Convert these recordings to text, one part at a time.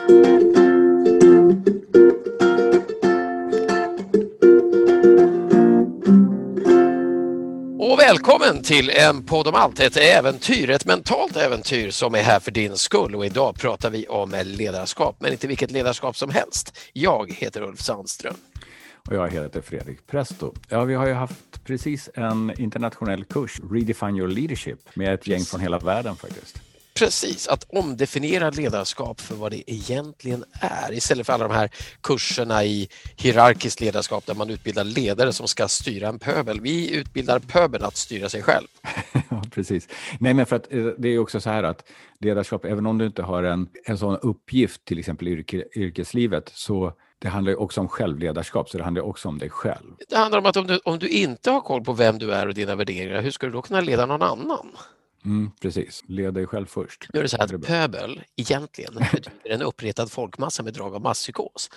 Och välkommen till en podd om allt, ett äventyr, ett mentalt äventyr som är här för din skull. Och idag pratar vi om ledarskap, men inte vilket ledarskap som helst. Jag heter Ulf Sandström. Och jag heter Fredrik Presto. Ja, vi har ju haft precis en internationell kurs, Redefine Your Leadership, med ett gäng från hela världen faktiskt. Precis, att omdefiniera ledarskap för vad det egentligen är. Istället för alla de här kurserna i hierarkiskt ledarskap där man utbildar ledare som ska styra en pöbel. Vi utbildar pöbeln att styra sig själv. Ja, precis. Nej, men för att det är också så här att ledarskap, även om du inte har en sån uppgift, till exempel i yrkeslivet, så det handlar ju också om självledarskap, så det handlar också om dig själv. Det handlar om att om du inte har koll på vem du är och dina värderingar, hur ska du då kunna leda någon annan? Precis, led dig själv först. Nu är det så här att pöbel egentligen betyder en uppretad folkmassa med drag av masspsykos.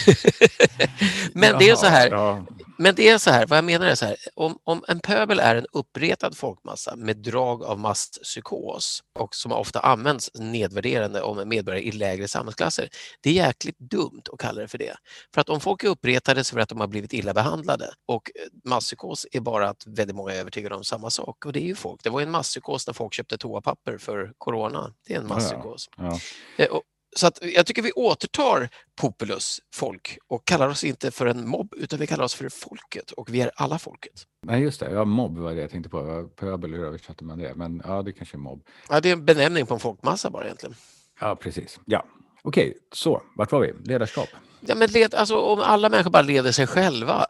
Men det är så här, men det är så här, vad jag menar är så här, om en pöbel är en uppretad folkmassa med drag av masspsykos och som ofta används nedvärderande om medborgare i lägre samhällsklasser, det är jäkligt dumt att kalla det för det. För att om folk är uppretade så för att de har blivit illa behandlade, och masspsykos är bara att väldigt många är övertygade om samma sak, och det är ju folk. Det var en masspsykos när folk köpte toapapper för corona. Det är en masspsykos. Ja. Så att jag tycker vi återtar populus, folk, och kallar oss inte för en mobb utan vi kallar oss för folket, och vi är alla folket. Nej, just det. Ja, mobb var det jag tänkte på. Pöbel, hur översatte man det? Men ja, det kanske är mobb. Ja, det är en benämning på en folkmassa bara egentligen. Ja, precis. Ja. Okej, så vart var vi? Ledarskap. Ja, men alltså, om alla människor bara leder sig själva.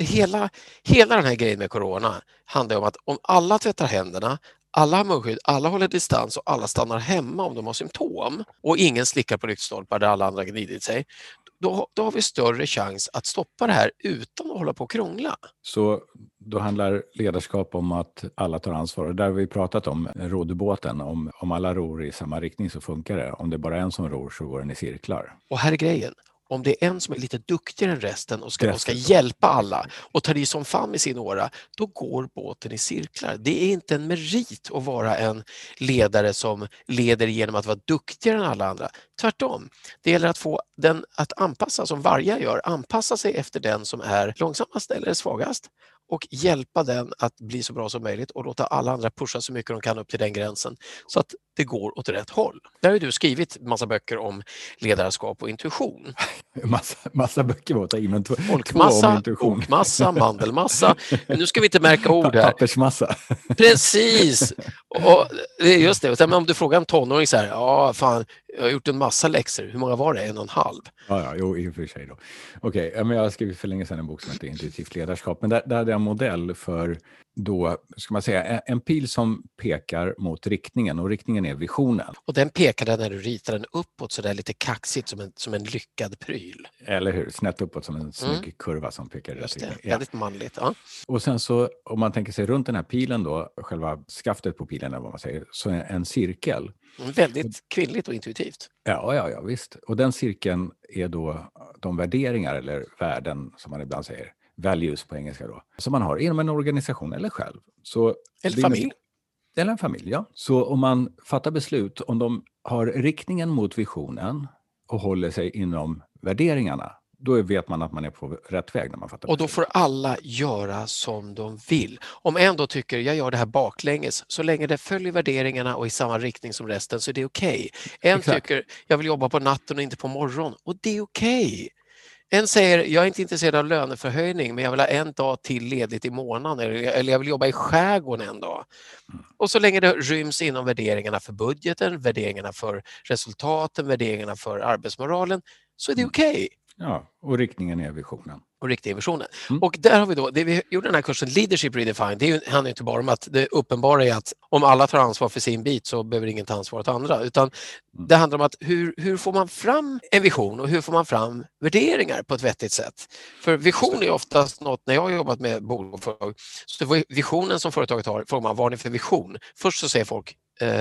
Hela den här grejen med corona handlar om att om alla tvättar händerna, alla har munskydd, alla håller distans och alla stannar hemma om de har symptom och ingen slickar på lyktstolpar där alla andra gnidit sig, då har vi större chans att stoppa det här utan att hålla på och krångla. Så då handlar ledarskap om att alla tar ansvar. Och där har vi pratat om rodbåten. Om alla ror i samma riktning så funkar det. Om det är bara en som ror så går den i cirklar. Och här är grejen. Om det är en som är lite duktigare än resten och ska hjälpa alla och tar i som fan med sin åra, då går båten i cirklar. Det är inte en merit att vara en ledare som leder genom att vara duktigare än alla andra. Tvärtom, det gäller att få den att anpassa, som varje gör, anpassa sig efter den som är långsammast eller svagast och hjälpa den att bli så bra som möjligt och låta alla andra pusha så mycket de kan upp till den gränsen så att det går åt rätt håll. Där har du skrivit massa böcker om ledarskap och intuition. Massa böcker var det, men folkmassa, mandelmassa. Men nu ska vi inte märka ord här. Pappersmassa. Precis. Och just det. Men om du frågar en tonåring så här, ja fan, jag har gjort en massa läxor. Hur många var det? 1,5? Ja, jo, i och för sig då. Okej, men jag har skrivit för länge sedan en bok som heter Intuitivt ledarskap. Men där hade jag en modell för då, ska man säga, en pil som pekar mot riktningen, och riktningen är visionen. Och den pekade när du ritar den uppåt så där lite kaxigt som en lyckad pryl. Eller hur? Snett uppåt som en snygg kurva som pekar rätt riktning. Just det, väldigt manligt. Ja. Och sen så, om man tänker sig runt den här pilen då, själva skaftet på pilen eller vad man säger, så är en cirkel. Väldigt kvinnligt och intuitivt. Ja, visst. Och den cirkeln är då de värderingar eller värden som man ibland säger, values på engelska då, som man har inom en organisation eller själv. Så eller familj. Eller en familj, ja. Så om man fattar beslut, om de har riktningen mot visionen och håller sig inom värderingarna, då vet man att man är på rätt väg när man fattar beslut. Och då får alla göra som de vill. Om en då tycker jag gör det här baklänges, så länge det följer värderingarna och i samma riktning som resten, så är det okej. En tycker jag vill jobba på natten och inte på morgon, och det är okej. En säger, jag är inte intresserad av löneförhöjning, men jag vill ha en dag till ledigt i månaden, eller jag vill jobba i skärgården en dag. Och så länge det ryms inom värderingarna för budgeten, värderingarna för resultaten, värderingarna för arbetsmoralen, så är det okej. Ja, och riktningen är visionen. Och riktiga visionen. Och där har vi då, det vi gjorde den här kursen Leadership Redefined, det handlar inte bara om att det uppenbara är att om alla tar ansvar för sin bit så behöver ingen ta ansvar åt andra, utan det handlar om att hur får man fram en vision och hur får man fram värderingar på ett vettigt sätt. För vision är oftast något, när jag har jobbat med bolag och företag, så visionen som företaget har, frågar man, vad är det för vision? Först så säger folk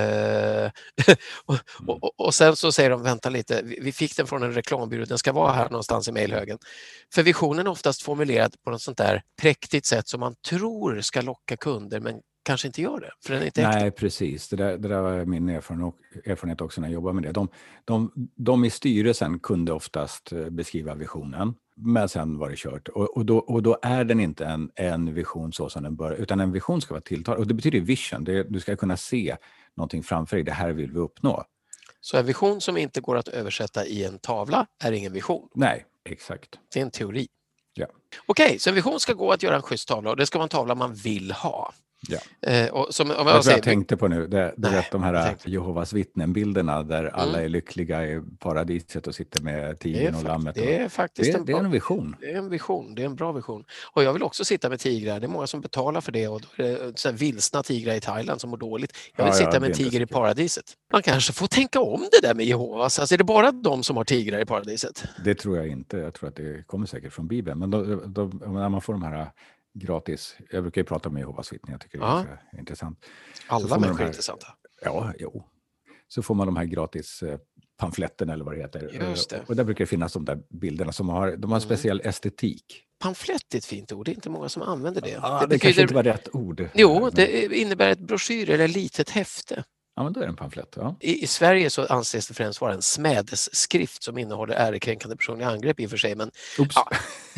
och sen så säger de, vänta lite, vi fick den från en reklambyrå, den ska vara här någonstans i mejlhögen. För visionen är oftast formulerad på något sånt där präktigt sätt som man tror ska locka kunder men kanske inte gör det, för den är inte Nej, äkta. precis. Det där var min erfarenhet också när jag jobbade med det. De i styrelsen kunde oftast beskriva visionen, men sen var det kört. Och då är den inte en vision så som den bör, utan en vision ska vara tilltal. Och det betyder vision. Du ska kunna se någonting framför dig. Det här vill vi uppnå. Så en vision som inte går att översätta i en tavla är ingen vision. Nej, exakt. Det är en teori. Ja. Okej, så en vision ska gå att göra en schysst tavla och det ska vara en tavla man vill ha. Ja. Och som, om jag tänkte på nu, det är de här Jehovas vittnen-bilderna där alla är lyckliga i paradiset och sitter med tigern och lammet. Det är faktiskt det är en vision. Det är en vision, det är en bra vision. Och jag vill också sitta med tigrar, det är många som betalar för det och då är det så här vilsna tigrar i Thailand som mår dåligt. Jag vill sitta med en tiger i paradiset. Man kanske får tänka om det där med Jehovas, alltså är det bara de som har tigrar i paradiset? Det tror jag inte, jag tror att det kommer säkert från Bibeln, men när man får de här gratis. Jag brukar ju prata med Jehovas vittnen, jag tycker det är intressant. Alla människor är intressanta. Ja, jo. Så får man de här gratis pamfletterna eller vad det heter. Just det. Och där brukar det finnas de där bilderna som har en speciell estetik. Pamflett är ett fint ord, det är inte många som använder det. Det kanske inte var rätt ord. Jo, det innebär ett broschyr eller litet häfte. Ja, men då är det en pamflett. Ja. I Sverige så anses det främst vara en smädesskrift som innehåller ärekränkande personliga angrepp i och för sig, men... Ja.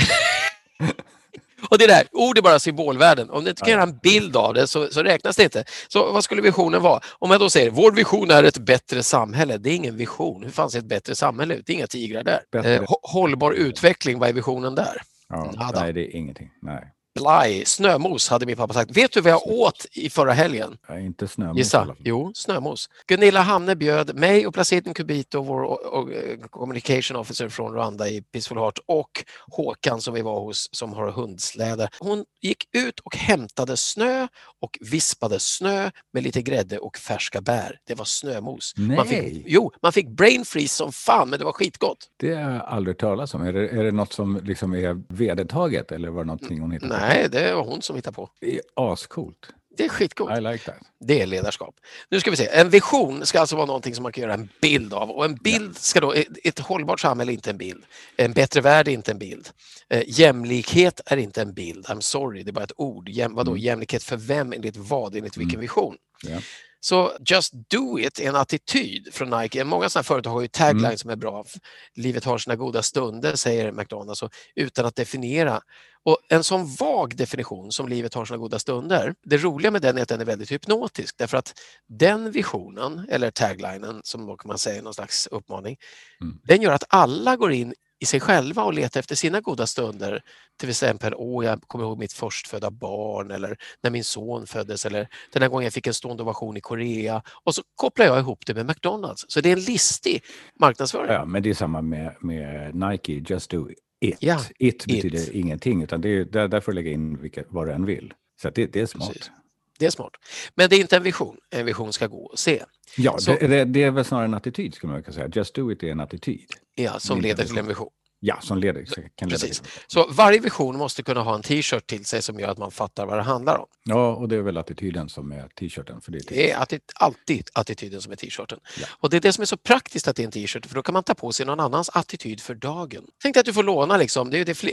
Och det där, ord är bara symbolvärden. Om du inte kan göra en bild av det så räknas det inte. Så vad skulle visionen vara? Om jag då säger, vår vision är ett bättre samhälle. Det är ingen vision. Hur fanns ett bättre samhälle ut? Det är inga tigrar där. Hållbar utveckling, vad är visionen där? Ja, nej, det är ingenting. Nej. Blaj, snömos hade min pappa sagt. Vet du vad jag åt i förra helgen? Nej, inte snömos. Gissa. Jo, snömos. Gunilla Hamne bjöd mig och Placidin Kubito, vår communication officer från Rwanda i Peaceful Heart, och Håkan som vi var hos som har hundsläde. Hon gick ut och hämtade snö och vispade snö med lite grädde och färska bär. Det var snömos. Nej. Man fick brain freeze som fan, men det var skitgott. Det har jag aldrig talat om. Är det något som liksom är vedertaget eller var det någonting hon hittade på? Nej, det var hon som hittade på. Det är ascoolt. Det är skitcoolt. I like that. Det är ledarskap. Nu ska vi se. En vision ska alltså vara någonting som man kan göra en bild av. Och en bild ska då, ett hållbart samhälle är inte en bild. En bättre värld är inte en bild. Jämlikhet är inte en bild. I'm sorry, det är bara ett ord. Vadå? Jämlikhet för vem? Enligt vad? Enligt vilken vision? Yeah. Så just do it är en attityd från Nike. Många sådana företag har ju tagline som är bra. Livet har sina goda stunder, säger McDonald's, utan att definiera. Och en sån vag definition som livet har sina goda stunder, det roliga med den är att den är väldigt hypnotisk. Därför att den visionen, eller taglinen som man säger någon slags uppmaning, den gör att alla går in i sig själva och leta efter sina goda stunder. Till exempel, jag kommer ihåg mitt förstfödda barn, eller när min son föddes, eller den här gången jag fick en stående ovation i Korea. Och så kopplar jag ihop det med McDonald's. Så det är en listig marknadsföring. Ja, men det är samma med Nike, just do it. Ja, it betyder ingenting, utan det är där får du lägga in vad du än vill. Så det är smart. Precis. Det är smart. Men det är inte en vision. En vision ska gå och se. Ja, det är väl snarare en attityd, skulle man kunna säga. Just do it är en attityd. Ja, som leder till en vision. Ja, som leder kan leda Precis. Så varje vision måste kunna ha en t-shirt till sig som gör att man fattar vad det handlar om. Ja, och det är väl attityden som är t-shirten. För det är alltid attityden som är t-shirten. Ja. Och det är det som är så praktiskt att det är en t-shirt, för då kan man ta på sig någon annans attityd för dagen. Tänk dig att du får låna liksom.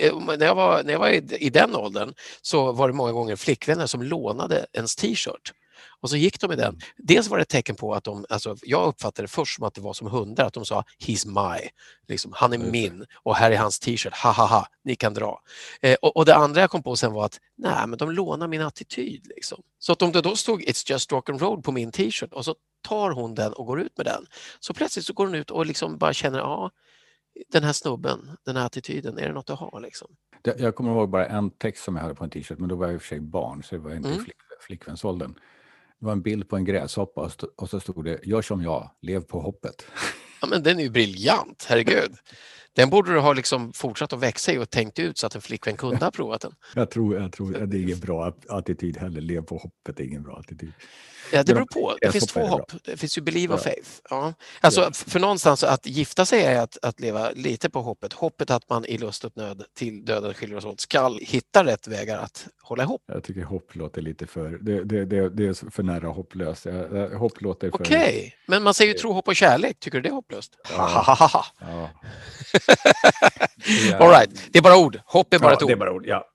När jag var i den åldern så var det många gånger flickvänner som lånade ens t-shirt. Och så gick de med den. Dels var det ett tecken på att jag uppfattade det först som att det var som hundar, att de sa he's my, liksom, han är min och här är hans t-shirt, ha ha ha, ni kan dra. Och det andra jag kom på sen var att nej, men de lånar min attityd liksom. Så att om det då stod It's just rock and roll på min t-shirt och så tar hon den och går ut med den, så plötsligt så går hon ut och liksom bara känner, den här snubben, den här attityden, är det något att ha liksom? Jag kommer ihåg bara en text som jag hade på en t-shirt, men då var jag i och för sig barn, så det var inte flickvänsåldern. Det var en bild på en gräshoppa och så stod det, gör som jag, lev på hoppet. Ja, men den är ju briljant, herregud. Den borde du ha liksom fortsatt att växa i och tänkt ut så att en flickvän kunde ha provat den. Jag tror att det är ingen bra attityd heller. Lev på hoppet är ingen bra attityd. Ja, det beror på. Det finns två hopp. Det finns ju believe och faith. Ja. Alltså, för någonstans att gifta sig är att leva lite på hoppet. Hoppet att man i lust och nöd till döden skiljer oss åt ska hitta rätt vägar att hålla ihop. Jag tycker hopp låter lite för... Det är för nära hopplöst. Hopp låter för... Okej, men man säger ju tro, hopp och kärlek. Tycker du det är hopplöst? Ja. All right. Det är bara ord. Hopp är bara ett ord. Det är bara ord, ja.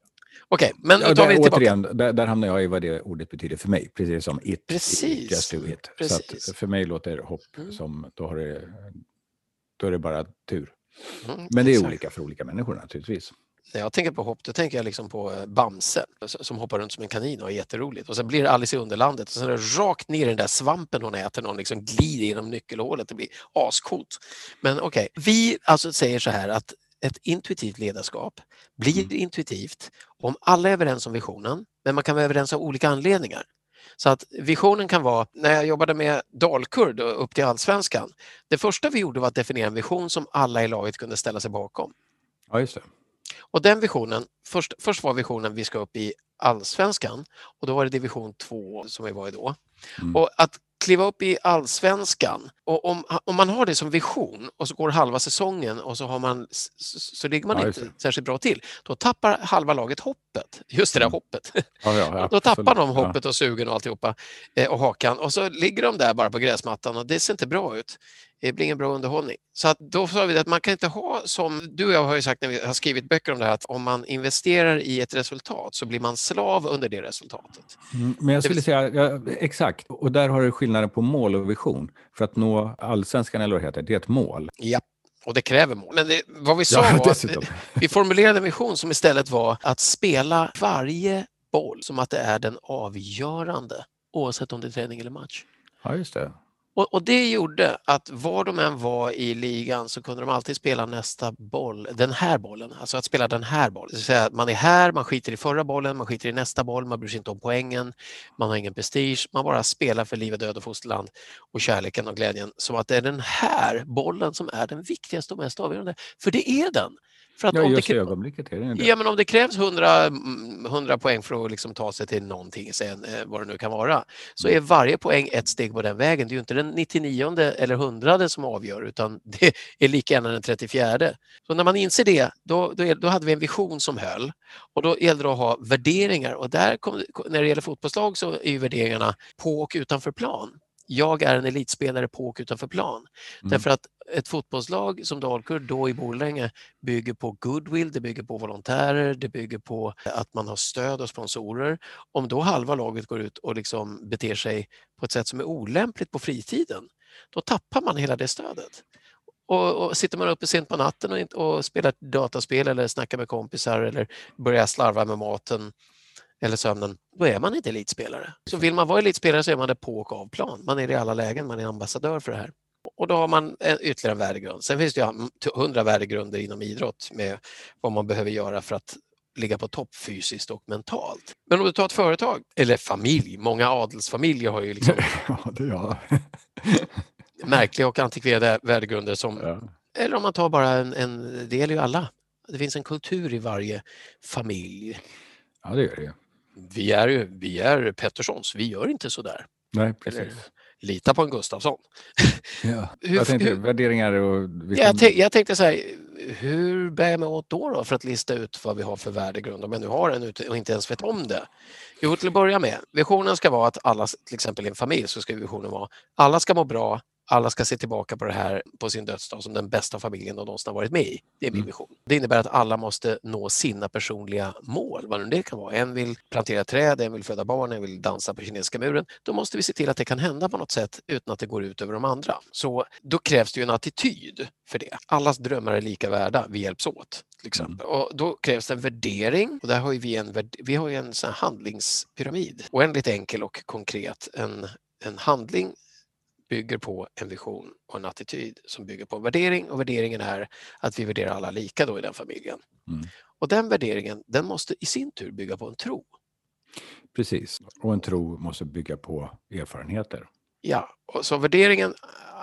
Okej, men då tar vi tillbaka. Återigen, där hamnar jag i vad det ordet betyder för mig. Precis som it, Precis. just do it. Precis. Så att för mig låter hopp som, då är det bara tur. Men det är olika för olika människor naturligtvis. När jag tänker på hopp, då tänker jag liksom på Bamse som hoppar runt som en kanin och är jätteroligt. Och sen blir det Alice i Underlandet och sen är det rakt ner i den där svampen hon äter när hon liksom glider genom nyckelhålet. Det blir ascoolt. Men okej, vi alltså säger så här att ett intuitivt ledarskap blir intuitivt om alla är överens om visionen, men man kan vara överens av olika anledningar. Så att visionen kan vara, när jag jobbade med Dalkurd upp till Allsvenskan, det första vi gjorde var att definiera en vision som alla i laget kunde ställa sig bakom. Ja, just det. Och den visionen, först var visionen vi ska upp i Allsvenskan och då var det division 2 som vi var i då. Och att kliva upp i Allsvenskan, och om man har det som vision och så går halva säsongen och så ligger man inte särskilt bra till, då tappar halva laget hoppet, just det där hoppet. Då tappar de hoppet och sugen och alltihopa och hakan och så ligger de där bara på gräsmattan och det ser inte bra ut. Det blir ingen bra underhållning. Så att då sa vi att man kan inte ha, som du och jag har ju sagt när vi har skrivit böcker om det här, att om man investerar i ett resultat så blir man slav under det resultatet. Men jag skulle säga, exakt, och där har du skillnaden på mål och vision. För att nå Allsvenskan, eller vad det heter, det är ett mål. Ja, och det kräver mål. Men vad vi sa var att vi formulerade en vision som istället var att spela varje boll som att det är den avgörande, oavsett om det är träning eller match. Ja, just det. Och det gjorde att var de än var i ligan så kunde de alltid spela nästa boll, den här bollen, alltså att spela den här bollen. Det vill säga att man är här, man skiter i förra bollen, man skiter i nästa boll, man bryr sig inte om poängen, man har ingen prestige, man bara spelar för livet, död och fosterland och kärleken och glädjen. Som att det är den här bollen som är den viktigaste och mest avgörande. För det är den. För att just i ögonblicket är det det. Ja, men om det krävs 100 poäng för att liksom ta sig till någonting, sen, vad det nu kan vara, så är varje poäng ett steg på den vägen. Det är ju inte den 99 eller 100 som avgör, utan det är lika gärna den 34. Så när man inser det, då hade vi en vision som höll. Och då gällde det att ha värderingar. Och när det gäller fotbollslag så är ju värderingarna på och utanför plan. Jag är en elitspelare på och utanför plan. Därför att ett fotbollslag som Dalkurd då i Borlänge bygger på goodwill, det bygger på volontärer, det bygger på att man har stöd och sponsorer. Om då halva laget går ut och liksom beter sig på ett sätt som är olämpligt på fritiden, då tappar man hela det stödet. Och sitter man uppe sent på natten och spelar ett dataspel eller snackar med kompisar eller börjar slarva med maten eller sömnen, då är man inte elitspelare. Så vill man vara elitspelare så är man det på och av plan. Man är det i alla lägen, man är ambassadör för det här. Och då har man ytterligare en värdegrund. Sen finns det ju 100 värdegrunder inom idrott med vad man behöver göra för att ligga på topp fysiskt och mentalt. Men om du tar ett företag, eller familj, många adelsfamiljer har ju liksom märkliga och antikverade värdegrunder som, eller om man tar bara det gäller ju alla. Det finns en kultur i varje familj. Ja, det gör det. Vi är Petterssons, vi gör inte så där. Nej, precis. Eller, lita på en Gustafsson. Ja. Jag tänkte värderingar och... Jag tänkte så här, hur bär jag mig åt då för att lista ut vad vi har för värdegrund om jag nu har en ute och inte ens vet om det? Jo, till att börja med, visionen ska vara att alla, till exempel i en familj så ska visionen vara alla ska må bra, alla ska se tillbaka på det här på sin dödsdag som den bästa familjen de någonsin har varit med i. Det är min vision. Det innebär att alla måste nå sina personliga mål, vad nu det kan vara. En vill plantera träd, en vill föda barn, en vill dansa på kinesiska muren. Då måste vi se till att det kan hända på något sätt utan att det går ut över de andra. Så då krävs det ju en attityd för det. Allas drömmar är lika värda, vi hjälps åt. Till exempel. Och då krävs det en värdering och där har vi har ju en sån här handlingspyramid. Oändligt enkel och konkret. En handling bygger på en vision och en attityd som bygger på en värdering, och värderingen är att vi värderar alla lika då i den familjen. Och den värderingen, den måste i sin tur bygga på en tro. Precis, och en tro måste bygga på erfarenheter. Ja, och så värderingen,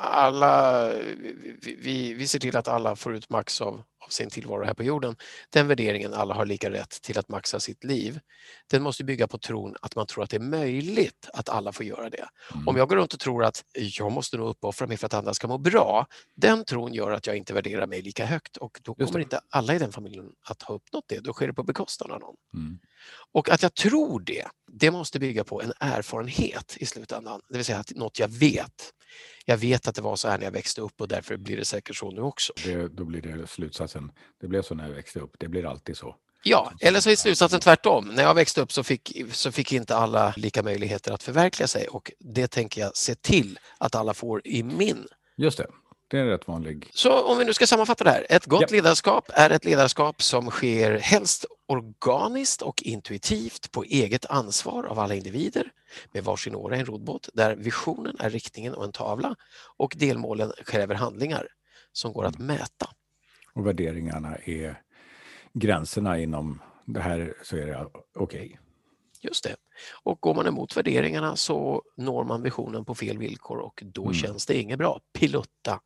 vi ser till att alla får ut max av sin tillvaro här på jorden. Den värderingen, alla har lika rätt till att maxa sitt liv, den måste bygga på tron att man tror att det är möjligt att alla får göra det. Om jag går runt och tror att jag måste nog uppoffra mig för att andra ska må bra, den tron gör att jag inte värderar mig lika högt, och då kommer inte alla i den familjen att ha uppnått det. Då sker det på bekostnad av någon. Och att jag tror det måste bygga på en erfarenhet i slutändan. Det vill säga att något jag vet. Jag vet att det var så här när jag växte upp och därför blir det säkert så nu också. Då blir det slutsatsen. Det blev så när jag växte upp. Det blir alltid så. Ja, eller så är slutsatsen tvärtom. När jag växte upp så fick inte alla lika möjligheter att förverkliga sig, och det tänker jag se till att alla får i min. Just det. Det är rätt vanlig. Så om vi nu ska sammanfatta det här. Ett gott ledarskap är ett ledarskap som sker helst organiskt och intuitivt på eget ansvar av alla individer med varsin åra i en roddbåt, där visionen är riktningen och en tavla och delmålen kräver handlingar som går att mäta. Och värderingarna är gränserna inom det här, så är det okej. Just det. Och går man emot värderingarna så når man visionen på fel villkor, och då känns det inget bra. Pilutta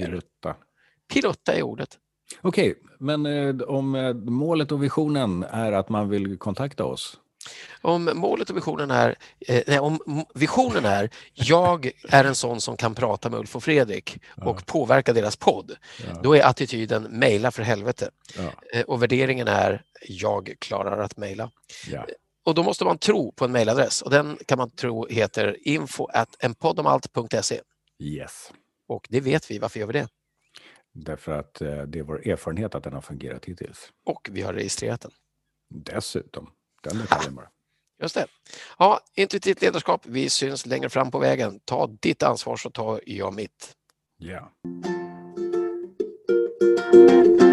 är ordet. Okej, men om målet och visionen är att man vill kontakta oss? Om målet och visionen är, om visionen är jag är en sån som kan prata med Ulf och Fredrik och påverka deras podd, då är attityden mejla för helvete. Och värderingen är jag klarar att mejla. Och då måste man tro på en mejladress, och den kan man tro heter info@enpoddomalt.se. Yes. Och det vet vi. Varför gör vi det? Därför att det är vår erfarenhet att den har fungerat hittills. Och vi har registrerat den. Dessutom. Den detaljen bara. Just det. Ja, intuitivt ledarskap. Vi syns längre fram på vägen. Ta ditt ansvar så tar jag mitt. Ja.